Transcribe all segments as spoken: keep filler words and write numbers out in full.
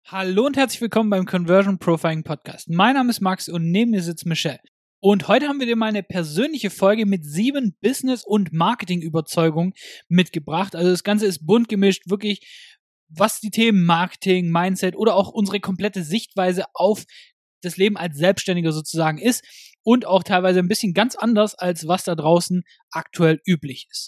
Hallo und herzlich willkommen beim Conversion Profiling Podcast. Mein Name ist Max und neben mir sitzt Michelle. Und heute haben wir dir mal eine persönliche Folge mit sieben Business- und Marketing-Überzeugungen mitgebracht. Also das Ganze ist bunt gemischt, wirklich was die Themen Marketing, Mindset oder auch unsere komplette Sichtweise auf das Leben als Selbstständiger sozusagen ist und auch teilweise ein bisschen ganz anders, als was da draußen aktuell üblich ist.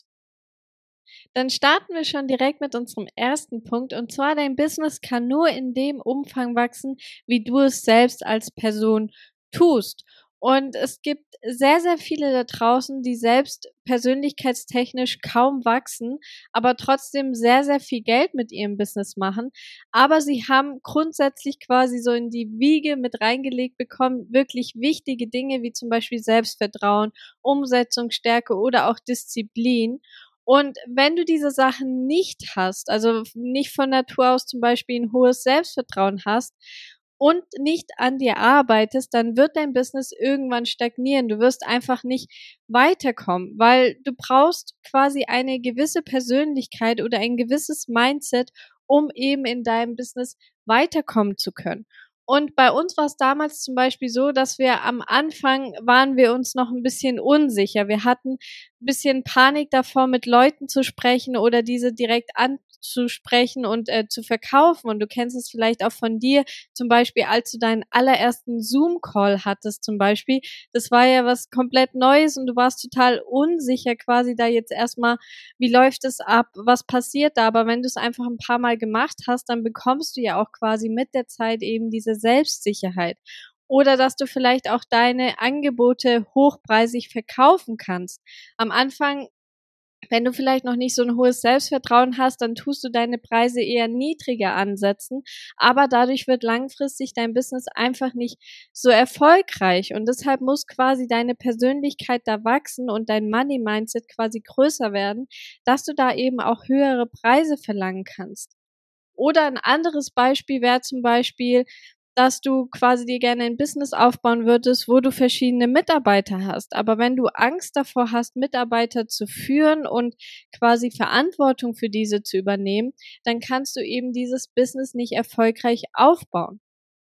Dann starten wir schon direkt mit unserem ersten Punkt, und zwar: Dein Business kann nur in dem Umfang wachsen, wie du es selbst als Person tust. Und es gibt sehr, sehr viele da draußen, die selbst persönlichkeitstechnisch kaum wachsen, aber trotzdem sehr, sehr viel Geld mit ihrem Business machen. Aber sie haben grundsätzlich quasi so in die Wiege mit reingelegt bekommen, wirklich wichtige Dinge wie zum Beispiel Selbstvertrauen, Umsetzungsstärke oder auch Disziplin. Und wenn du diese Sachen nicht hast, also nicht von Natur aus zum Beispiel ein hohes Selbstvertrauen hast und nicht an dir arbeitest, dann wird dein Business irgendwann stagnieren. Du wirst einfach nicht weiterkommen, weil du brauchst quasi eine gewisse Persönlichkeit oder ein gewisses Mindset, um eben in deinem Business weiterkommen zu können. Und bei uns war es damals zum Beispiel so, dass wir am Anfang waren wir uns noch ein bisschen unsicher. Wir hatten ein bisschen Panik davor, mit Leuten zu sprechen oder diese direkt anzusprechen und äh, zu verkaufen. Und du kennst es vielleicht auch von dir, zum Beispiel, als du deinen allerersten Zoom-Call hattest zum Beispiel. Das war ja was komplett Neues und du warst total unsicher quasi da jetzt erstmal, wie läuft es ab, was passiert da. Aber wenn du es einfach ein paar Mal gemacht hast, dann bekommst du ja auch quasi mit der Zeit eben diese Selbstsicherheit. Oder dass du vielleicht auch deine Angebote hochpreisig verkaufen kannst. Am Anfang, wenn du vielleicht noch nicht so ein hohes Selbstvertrauen hast, dann tust du deine Preise eher niedriger ansetzen, aber dadurch wird langfristig dein Business einfach nicht so erfolgreich, und deshalb muss quasi deine Persönlichkeit da wachsen und dein Money-Mindset quasi größer werden, dass du da eben auch höhere Preise verlangen kannst. Oder ein anderes Beispiel wäre zum Beispiel, dass du quasi dir gerne ein Business aufbauen würdest, wo du verschiedene Mitarbeiter hast. Aber wenn du Angst davor hast, Mitarbeiter zu führen und quasi Verantwortung für diese zu übernehmen, dann kannst du eben dieses Business nicht erfolgreich aufbauen.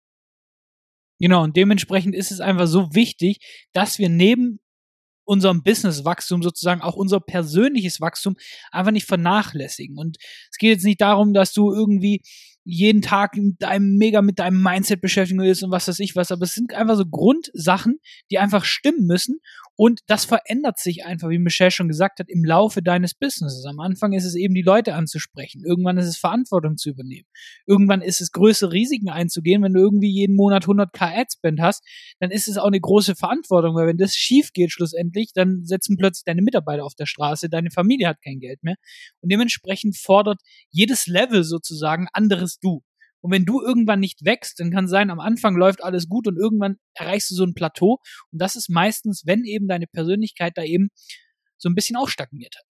Genau, und dementsprechend ist es einfach so wichtig, dass wir neben unserem Businesswachstum sozusagen auch unser persönliches Wachstum einfach nicht vernachlässigen. Und es geht jetzt nicht darum, dass du irgendwie jeden Tag mit deinem, mega mit deinem Mindset beschäftigen willst und was weiß ich was, aber es sind einfach so Grundsachen, die einfach stimmen müssen, und das verändert sich einfach, wie Michelle schon gesagt hat, im Laufe deines Businesses. Am Anfang ist es eben, die Leute anzusprechen. Irgendwann ist es, Verantwortung zu übernehmen. Irgendwann ist es, größere Risiken einzugehen. Wenn du irgendwie jeden Monat hunderttausend Ad-Spend hast, dann ist es auch eine große Verantwortung, weil wenn das schief geht schlussendlich, dann setzen plötzlich deine Mitarbeiter auf der Straße, deine Familie hat kein Geld mehr, und dementsprechend fordert jedes Level sozusagen anderes Du. Und wenn du irgendwann nicht wächst, dann kann es sein, am Anfang läuft alles gut und irgendwann erreichst du so ein Plateau, und das ist meistens, wenn eben deine Persönlichkeit da eben so ein bisschen auch stagniert hat.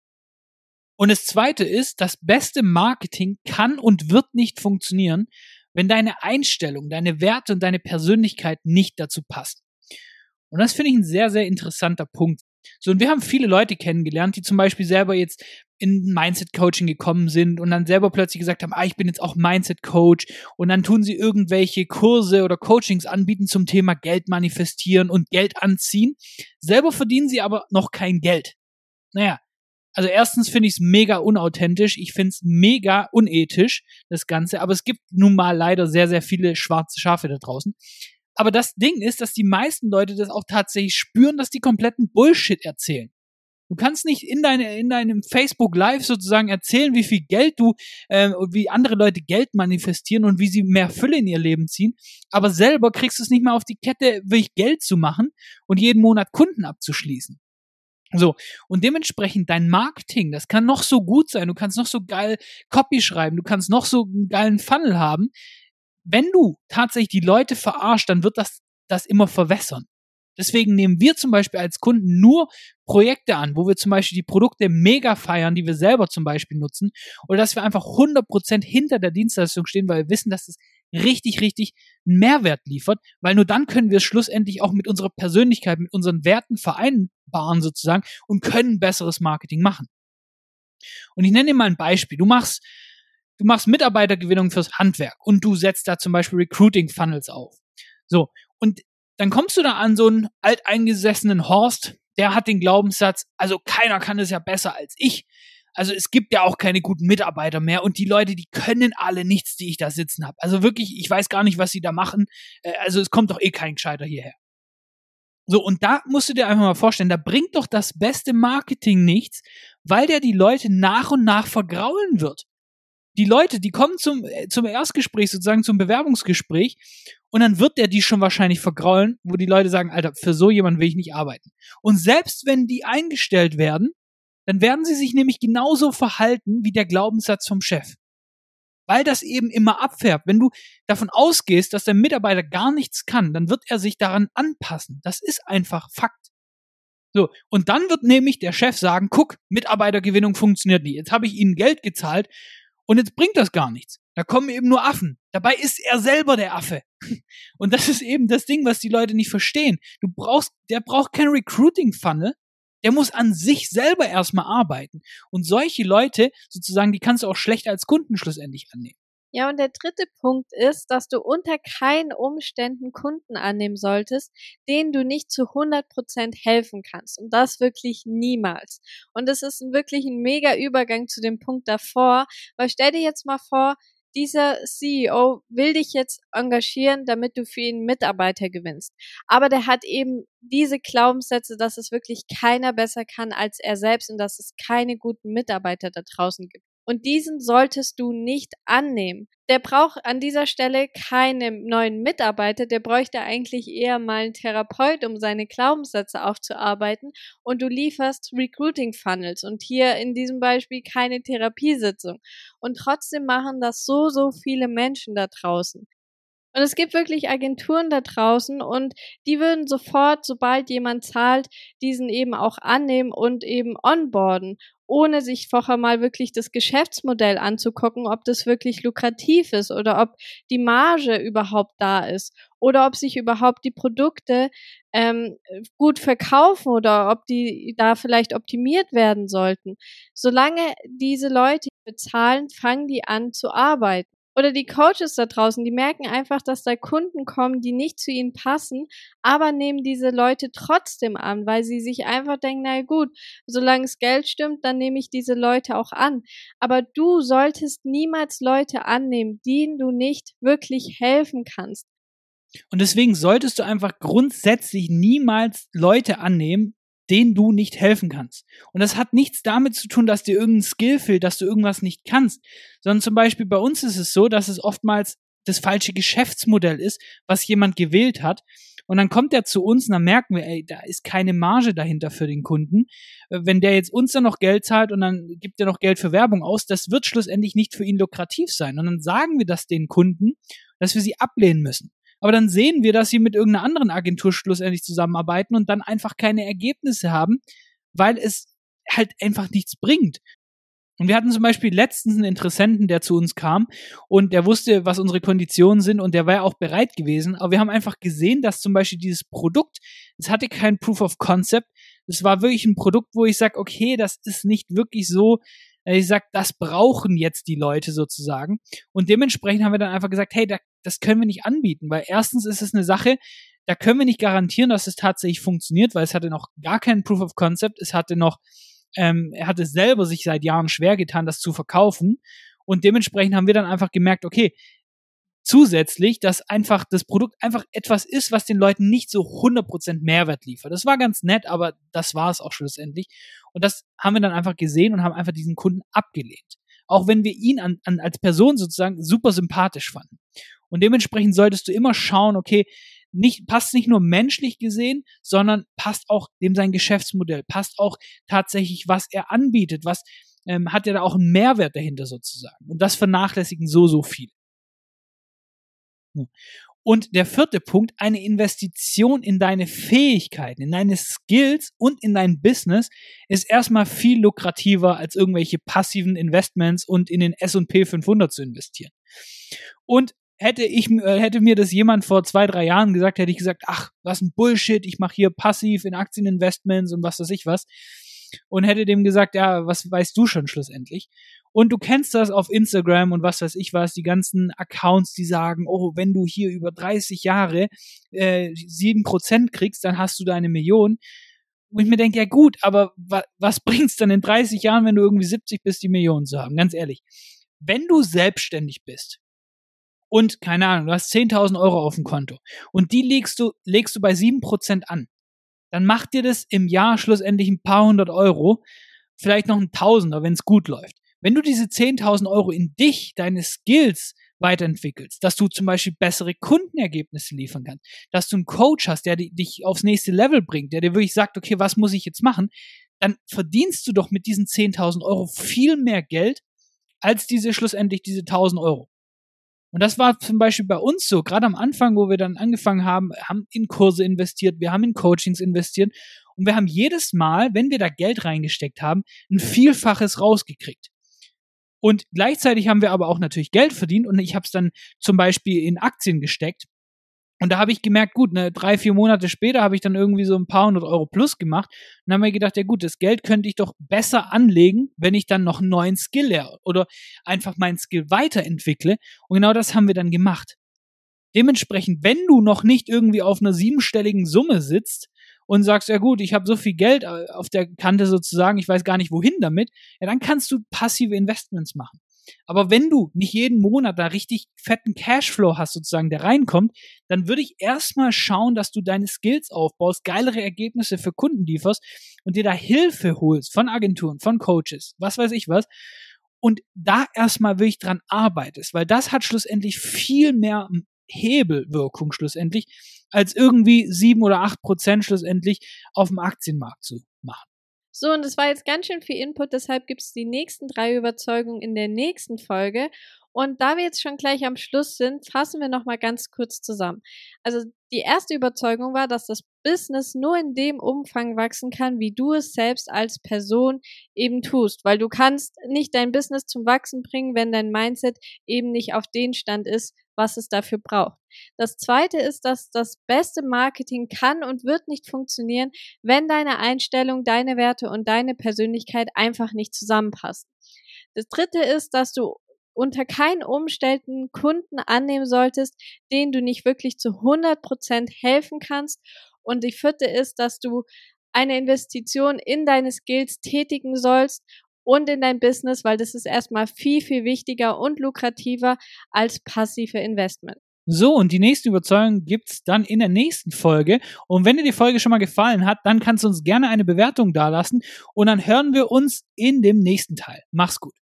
Und das Zweite ist, das beste Marketing kann und wird nicht funktionieren, wenn deine Einstellung, deine Werte und deine Persönlichkeit nicht dazu passt. Und das finde ich ein sehr, sehr interessanter Punkt. So, und wir haben viele Leute kennengelernt, die zum Beispiel selber jetzt in Mindset-Coaching gekommen sind und dann selber plötzlich gesagt haben, ah, ich bin jetzt auch Mindset-Coach, und dann tun sie irgendwelche Kurse oder Coachings anbieten zum Thema Geld manifestieren und Geld anziehen. Selber verdienen sie aber noch kein Geld. Naja, also erstens finde ich es mega unauthentisch, ich finde es mega unethisch, das Ganze, aber es gibt nun mal leider sehr, sehr viele schwarze Schafe da draußen. Aber das Ding ist, dass die meisten Leute das auch tatsächlich spüren, dass die kompletten Bullshit erzählen. Du kannst nicht in deine in deinem Facebook Live sozusagen erzählen, wie viel Geld du äh, und wie andere Leute Geld manifestieren und wie sie mehr Fülle in ihr Leben ziehen, aber selber kriegst du es nicht mehr auf die Kette, wirklich Geld zu machen und jeden Monat Kunden abzuschließen. So, und dementsprechend dein Marketing, das kann noch so gut sein, du kannst noch so geil Copy schreiben, du kannst noch so einen geilen Funnel haben. Wenn du tatsächlich die Leute verarscht, dann wird das das immer verwässern. Deswegen nehmen wir zum Beispiel als Kunden nur Projekte an, wo wir zum Beispiel die Produkte mega feiern, die wir selber zum Beispiel nutzen, oder dass wir einfach hundert Prozent hinter der Dienstleistung stehen, weil wir wissen, dass es richtig, richtig einen Mehrwert liefert, weil nur dann können wir es schlussendlich auch mit unserer Persönlichkeit, mit unseren Werten vereinbaren sozusagen und können besseres Marketing machen. Und ich nenne dir mal ein Beispiel. Du machst du machst Mitarbeitergewinnung fürs Handwerk und du setzt da zum Beispiel Recruiting-Funnels auf. So, und dann kommst du da an so einen alteingesessenen Horst, der hat den Glaubenssatz, also keiner kann es ja besser als ich. Also es gibt ja auch keine guten Mitarbeiter mehr und die Leute, die können alle nichts, die ich da sitzen habe. Also wirklich, ich weiß gar nicht, was sie da machen. Also es kommt doch eh kein Gescheiter hierher. So, und da musst du dir einfach mal vorstellen, da bringt doch das beste Marketing nichts, weil der die Leute nach und nach vergraulen wird. Die Leute, die kommen zum, zum Erstgespräch, sozusagen zum Bewerbungsgespräch und dann wird der die schon wahrscheinlich vergraulen, wo die Leute sagen, Alter, für so jemanden will ich nicht arbeiten. Und selbst wenn die eingestellt werden, dann werden sie sich nämlich genauso verhalten wie der Glaubenssatz vom Chef. Weil das eben immer abfärbt. Wenn du davon ausgehst, dass der Mitarbeiter gar nichts kann, dann wird er sich daran anpassen. Das ist einfach Fakt. So, und dann wird nämlich der Chef sagen, guck, Mitarbeitergewinnung funktioniert nicht. Jetzt habe ich ihnen Geld gezahlt und jetzt bringt das gar nichts. Da kommen eben nur Affen. Dabei ist er selber der Affe. Und das ist eben das Ding, was die Leute nicht verstehen. Du brauchst, der braucht kein Recruiting-Funnel. Der muss an sich selber erstmal arbeiten. Und solche Leute, sozusagen, die kannst du auch schlecht als Kunden schlussendlich annehmen. Ja, und der dritte Punkt ist, dass du unter keinen Umständen Kunden annehmen solltest, denen du nicht zu hundert Prozent helfen kannst. Und das wirklich niemals. Und das ist wirklich ein mega Übergang zu dem Punkt davor, weil stell dir jetzt mal vor, dieser C E O will dich jetzt engagieren, damit du für ihn Mitarbeiter gewinnst. Aber der hat eben diese Glaubenssätze, dass es wirklich keiner besser kann als er selbst und dass es keine guten Mitarbeiter da draußen gibt. Und diesen solltest du nicht annehmen. Der braucht an dieser Stelle keine neuen Mitarbeiter, der bräuchte eigentlich eher mal einen Therapeut, um seine Glaubenssätze aufzuarbeiten, und du lieferst Recruiting-Funnels und hier in diesem Beispiel keine Therapiesitzung. Und trotzdem machen das so, so viele Menschen da draußen. Und es gibt wirklich Agenturen da draußen und die würden sofort, sobald jemand zahlt, diesen eben auch annehmen und eben onboarden, ohne sich vorher mal wirklich das Geschäftsmodell anzugucken, ob das wirklich lukrativ ist oder ob die Marge überhaupt da ist oder ob sich überhaupt die Produkte ähm, gut verkaufen oder ob die da vielleicht optimiert werden sollten. Solange diese Leute bezahlen, fangen die an zu arbeiten. Oder die Coaches da draußen, die merken einfach, dass da Kunden kommen, die nicht zu ihnen passen, aber nehmen diese Leute trotzdem an, weil sie sich einfach denken, na gut, solange es Geld stimmt, dann nehme ich diese Leute auch an. Aber du solltest niemals Leute annehmen, denen du nicht wirklich helfen kannst. Und deswegen solltest du einfach grundsätzlich niemals Leute annehmen, denen du nicht helfen kannst. Und das hat nichts damit zu tun, dass dir irgendein Skill fehlt, dass du irgendwas nicht kannst, sondern zum Beispiel bei uns ist es so, dass es oftmals das falsche Geschäftsmodell ist, was jemand gewählt hat. Und dann kommt er zu uns und dann merken wir, ey, da ist keine Marge dahinter für den Kunden. Wenn der jetzt uns dann noch Geld zahlt und dann gibt er noch Geld für Werbung aus, das wird schlussendlich nicht für ihn lukrativ sein. Und dann sagen wir das den Kunden, dass wir sie ablehnen müssen. Aber dann sehen wir, dass sie mit irgendeiner anderen Agentur schlussendlich zusammenarbeiten und dann einfach keine Ergebnisse haben, weil es halt einfach nichts bringt. Und wir hatten zum Beispiel letztens einen Interessenten, der zu uns kam und der wusste, was unsere Konditionen sind und der war ja auch bereit gewesen. Aber wir haben einfach gesehen, dass zum Beispiel dieses Produkt, es hatte kein Proof of Concept. Es war wirklich ein Produkt, wo ich sage, okay, das ist nicht wirklich so, ich sage, das brauchen jetzt die Leute sozusagen. Und dementsprechend haben wir dann einfach gesagt, hey, das können wir nicht anbieten, weil erstens ist es eine Sache, da können wir nicht garantieren, dass es tatsächlich funktioniert, weil es hatte noch gar keinen Proof of Concept. Es hatte noch Ähm, er hat es selber sich seit Jahren schwer getan, das zu verkaufen. Und dementsprechend haben wir dann einfach gemerkt, okay, zusätzlich, dass einfach das Produkt einfach etwas ist, was den Leuten nicht so hundert Prozent Mehrwert liefert. Das war ganz nett, aber das war es auch schlussendlich. Und das haben wir dann einfach gesehen und haben einfach diesen Kunden abgelehnt. Auch wenn wir ihn an, an, als Person sozusagen super sympathisch fanden. Und dementsprechend solltest du immer schauen, okay, nicht, passt nicht nur menschlich gesehen, sondern passt auch dem sein Geschäftsmodell, passt auch tatsächlich, was er anbietet, was ähm, hat er da auch einen Mehrwert dahinter sozusagen. Und das vernachlässigen so, so viele. Und der vierte Punkt, eine Investition in deine Fähigkeiten, in deine Skills und in dein Business ist erstmal viel lukrativer als irgendwelche passiven Investments und in den S und P fünfhundert zu investieren. Und Hätte ich, äh, hätte mir das jemand vor zwei, drei Jahren gesagt, hätte ich gesagt, ach, was ein Bullshit, ich mache hier passiv in Aktieninvestments und was weiß ich was. und hätte dem gesagt, ja, was weißt du schon schlussendlich? Und du kennst das auf Instagram und was weiß ich was, die ganzen Accounts, die sagen, oh, wenn du hier über dreißig Jahre äh, sieben Prozent kriegst, dann hast du deine Million. Und ich mir denke, ja gut, aber wa- was bringt's dann in dreißig Jahren, wenn du irgendwie siebzig bist, die Millionen zu haben? Ganz ehrlich. Wenn du selbstständig bist und, keine Ahnung, du hast zehntausend Euro auf dem Konto und die legst du, legst du bei sieben Prozent an, dann macht dir das im Jahr schlussendlich ein paar hundert Euro, vielleicht noch ein Tausender, wenn es gut läuft. Wenn du diese zehntausend Euro in dich, deine Skills weiterentwickelst, dass du zum Beispiel bessere Kundenergebnisse liefern kannst, dass du einen Coach hast, der dich aufs nächste Level bringt, der dir wirklich sagt, okay, was muss ich jetzt machen, dann verdienst du doch mit diesen zehntausend Euro viel mehr Geld, als diese schlussendlich diese tausend Euro. Und das war zum Beispiel bei uns so, gerade am Anfang, wo wir dann angefangen haben, haben in Kurse investiert, wir haben in Coachings investiert und wir haben jedes Mal, wenn wir da Geld reingesteckt haben, ein Vielfaches rausgekriegt. Und gleichzeitig haben wir aber auch natürlich Geld verdient und ich habe es dann zum Beispiel in Aktien gesteckt. Und da habe ich gemerkt, gut, ne, drei, vier Monate später habe ich dann irgendwie so ein paar hundert Euro plus gemacht. Und dann haben wir gedacht, ja gut, das Geld könnte ich doch besser anlegen, wenn ich dann noch einen neuen Skill lerne oder einfach meinen Skill weiterentwickle. Und genau das haben wir dann gemacht. Dementsprechend, wenn du noch nicht irgendwie auf einer siebenstelligen Summe sitzt und sagst, ja gut, ich habe so viel Geld auf der Kante sozusagen, ich weiß gar nicht wohin damit, ja dann kannst du passive Investments machen. Aber wenn du nicht jeden Monat da richtig fetten Cashflow hast sozusagen, der reinkommt, dann würde ich erstmal schauen, dass du deine Skills aufbaust, geilere Ergebnisse für Kunden lieferst und dir da Hilfe holst von Agenturen, von Coaches, was weiß ich was. Und da erstmal wirklich dran arbeitest, weil das hat schlussendlich viel mehr Hebelwirkung schlussendlich, als irgendwie sieben oder acht Prozent schlussendlich auf dem Aktienmarkt zu machen. So, und das war jetzt ganz schön viel Input, deshalb gibt es die nächsten drei Überzeugungen in der nächsten Folge. Und da wir jetzt schon gleich am Schluss sind, fassen wir nochmal ganz kurz zusammen. Also die erste Überzeugung war, dass das Business nur in dem Umfang wachsen kann, wie du es selbst als Person eben tust. Weil du kannst nicht dein Business zum Wachsen bringen, wenn dein Mindset eben nicht auf den Stand ist, was es dafür braucht. Das zweite ist, dass das beste Marketing kann und wird nicht funktionieren, wenn deine Einstellung, deine Werte und deine Persönlichkeit einfach nicht zusammenpassen. Das dritte ist, dass du unter keinen Umständen Kunden annehmen solltest, denen du nicht wirklich zu hundert Prozent helfen kannst. Und die vierte ist, dass du eine Investition in deine Skills tätigen sollst und in dein Business, weil das ist erstmal viel, viel wichtiger und lukrativer als passive Investment. So, und die nächste Überzeugung gibt's dann in der nächsten Folge. Und wenn dir die Folge schon mal gefallen hat, dann kannst du uns gerne eine Bewertung dalassen und dann hören wir uns in dem nächsten Teil. Mach's gut.